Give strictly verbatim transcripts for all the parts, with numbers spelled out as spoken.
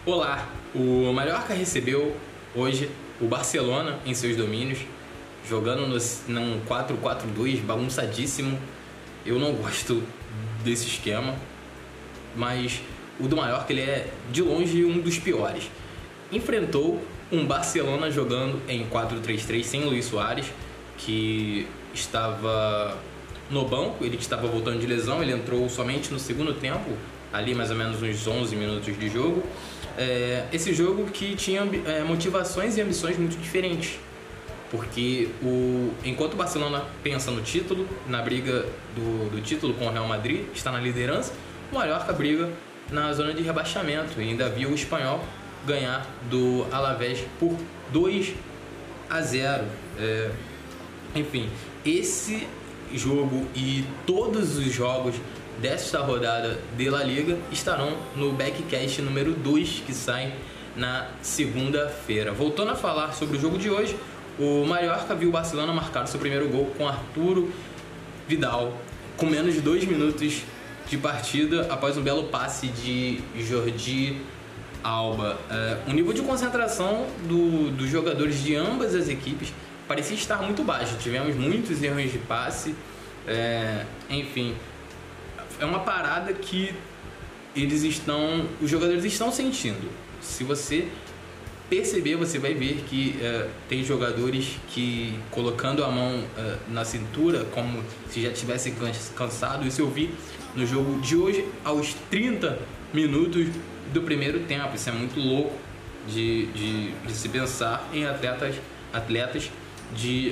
Olá, o Mallorca recebeu hoje o Barcelona em seus domínios, jogando no, num quatro quatro dois bagunçadíssimo. Eu não gosto desse esquema, mas o do Mallorca ele é de longe um dos piores. Enfrentou um Barcelona jogando em quatro três três sem Luís Soares, que estava no banco, ele estava voltando de lesão, ele entrou somente no segundo tempo, ali mais ou menos uns onze minutos de jogo. É, esse jogo que tinha é, motivações e ambições muito diferentes, porque o, enquanto o Barcelona pensa no título, na briga do, do título com o Real Madrid, está na liderança, o Mallorca briga na zona de rebaixamento e ainda viu o Espanhol ganhar do Alavés por dois a zero. É, enfim, esse jogo e todos os jogos desta rodada de La Liga estarão no Backcast número dois, que sai na segunda-feira. Voltando a falar sobre o jogo de hoje, o Mallorca viu o Barcelona marcar o seu primeiro gol com Arturo Vidal, com menos de dois minutos de partida, após um belo passe de Jordi Alba. É, o nível de concentração do, dos jogadores de ambas as equipes parecia estar muito baixo. Tivemos muitos erros de passe, é, enfim, é uma parada que eles estão, os jogadores estão sentindo. Se você perceber, você vai ver que é, tem jogadores que colocando a mão é, na cintura, como se já tivessem cansado. Isso eu vi no jogo de hoje, aos trinta minutos do primeiro tempo. Isso é muito louco de, de, de se pensar em atletas, atletas de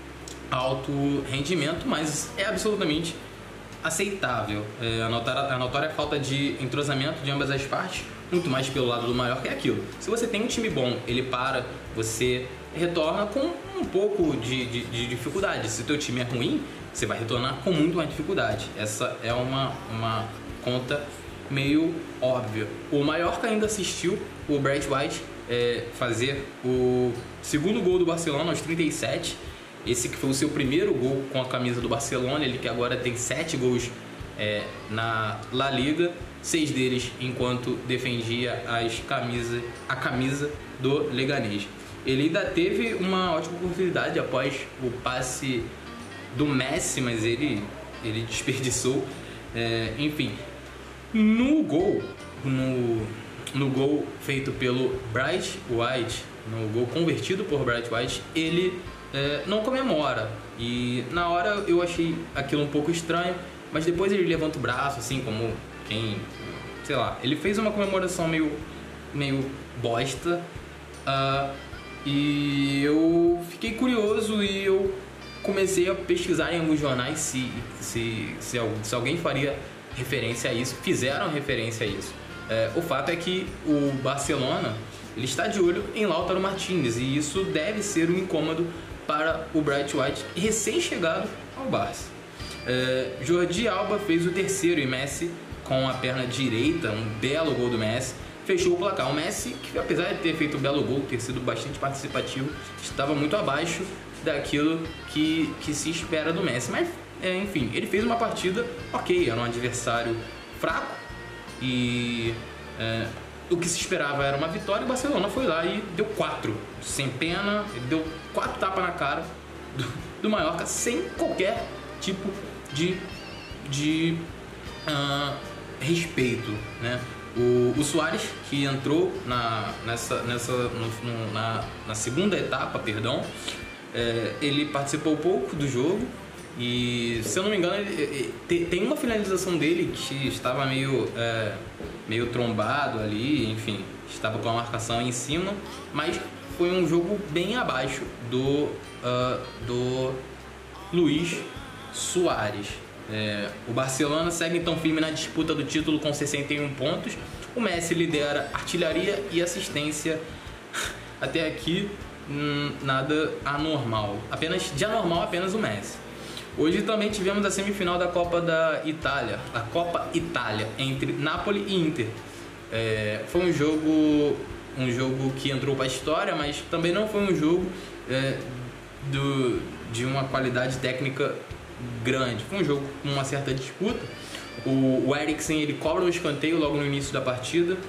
alto rendimento, mas é absolutamente aceitável. É, a, notória, a notória falta de entrosamento de ambas as partes, muito mais pelo lado do Mallorca, é aquilo. Se você tem um time bom, ele para, você retorna com um pouco de, de, de dificuldade. Se o teu time é ruim, você vai retornar com muito mais dificuldade. Essa é uma, uma conta meio óbvia. O Mallorca ainda assistiu o Bright White é, fazer o segundo gol do Barcelona aos trinta e sete. Esse que foi o seu primeiro gol com a camisa do Barcelona, ele que agora tem sete gols é, na La Liga, seis deles enquanto defendia as camisa, a camisa do Leganés. Ele ainda teve uma ótima oportunidade após o passe do Messi, mas ele, ele desperdiçou. É, enfim, no gol, no, no gol feito pelo Bright White, no gol convertido por Bright White, ele É, não comemora, e na hora eu achei aquilo um pouco estranho, mas depois ele levanta o braço, assim como quem, sei lá, ele fez uma comemoração meio, meio bosta, uh, e eu fiquei curioso e eu comecei a pesquisar em alguns jornais se, se, se, se alguém faria referência a isso. Fizeram referência a isso. É, o fato é que o Barcelona ele está de olho em Lautaro Martínez, e isso deve ser um incômodo para o Bright White, recém-chegado ao Barça. É, Jordi Alba fez o terceiro e Messi, com a perna direita, um belo gol do Messi, fechou o placar. O Messi, que apesar de ter feito um belo gol, ter sido bastante participativo, estava muito abaixo daquilo que, que se espera do Messi. Mas, é, enfim, ele fez uma partida ok, era um adversário fraco e é, o que se esperava era uma vitória. O Barcelona foi lá e deu quatro, sem pena, ele deu quatro tapas na cara do, do Mallorca, sem qualquer tipo de, de uh, respeito, né? O, o Soares, que entrou na, nessa, nessa, no, no, na, na segunda etapa, perdão, é, ele participou pouco do jogo e, se eu não me engano, ele, ele, tem uma finalização dele que estava meio, é, meio trombado ali, enfim, estava com a marcação em cima, mas foi um jogo bem abaixo do, uh, do Luís Soares. É, o Barcelona segue então firme na disputa do título com sessenta e um pontos. O Messi lidera artilharia e assistência. Até aqui hum, nada anormal, apenas de anormal apenas o Messi. Hoje também tivemos a semifinal da Copa da Itália, a Copa Itália, entre Napoli e Inter. É, foi um jogo, um jogo que entrou para a história, mas também não foi um jogo é, do, de uma qualidade técnica grande. Foi um jogo com uma certa disputa. O, o Eriksen ele cobra um escanteio logo no início da partida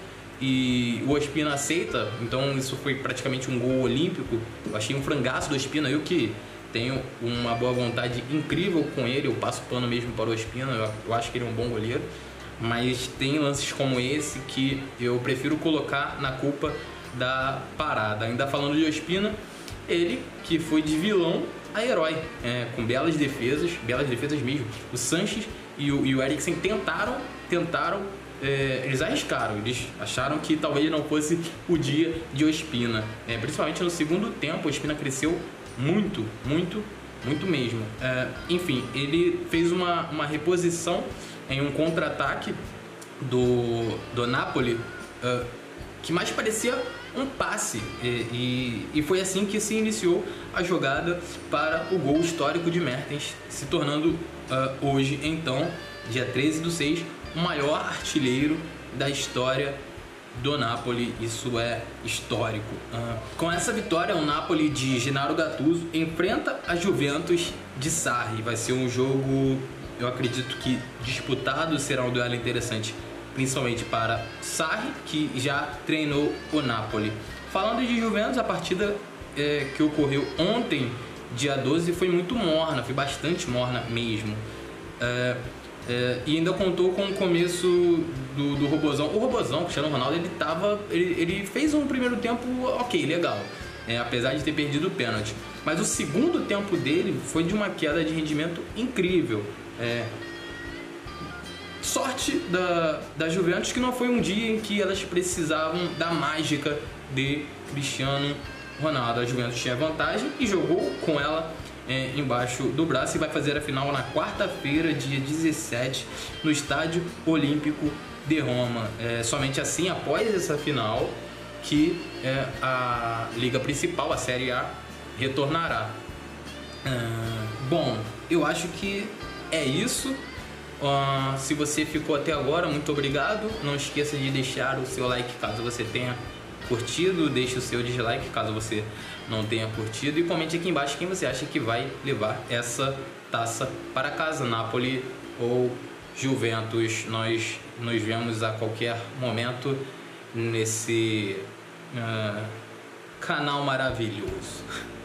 e o Ospina aceita, então isso foi praticamente um gol olímpico. Eu achei um frangaço do Ospina, eu que tenho uma boa vontade incrível com ele, eu passo pano mesmo para o Ospina, eu, eu acho que ele é um bom goleiro, mas tem lances como esse que eu prefiro colocar na culpa da parada. Ainda falando de Ospina, ele que foi de vilão a herói, é, com belas defesas, belas defesas mesmo. O Sanches e o, e o Eriksen tentaram, tentaram, é, eles arriscaram, eles acharam que talvez não fosse o dia de Ospina. É, principalmente no segundo tempo, o Ospina cresceu muito, muito, muito mesmo. É, enfim, ele fez uma, uma reposição em um contra-ataque do, do Napoli, uh, que mais parecia um passe, e, e, e foi assim que se iniciou a jogada para o gol histórico de Mertens, se tornando uh, hoje, então, dia treze do seis, o maior artilheiro da história do Napoli. Isso é histórico. Uh, com essa vitória, o Napoli de Gennaro Gattuso enfrenta a Juventus de Sarri. Vai ser um jogo, eu acredito que disputado, será um duelo interessante, principalmente para Sarri, que já treinou o Napoli. Falando de Juventus, a partida é, que ocorreu ontem, dia doze, foi muito morna, foi bastante morna mesmo. É, é, e ainda contou com o começo do, do Robozão. O Robozão, o Cristiano Ronaldo, ele, tava, ele, ele fez um primeiro tempo ok, legal, é, apesar de ter perdido o pênalti. Mas o segundo tempo dele foi de uma queda de rendimento incrível. É, sorte da, da Juventus que não foi um dia em que elas precisavam da mágica de Cristiano Ronaldo. A Juventus tinha vantagem e jogou com ela é, embaixo do braço, e vai fazer a final na quarta-feira, dia dezessete, no Estádio Olímpico de Roma. É, somente assim, após essa final, que é, a liga principal, a Série A, retornará. Ah, bom, eu acho que é isso. Uh, se você ficou até agora, muito obrigado. Não esqueça de deixar o seu like caso você tenha curtido, deixe o seu dislike caso você não tenha curtido, e comente aqui embaixo quem você acha que vai levar essa taça para casa, Napoli ou Juventus. Nós nos vemos a qualquer momento nesse uh, canal maravilhoso.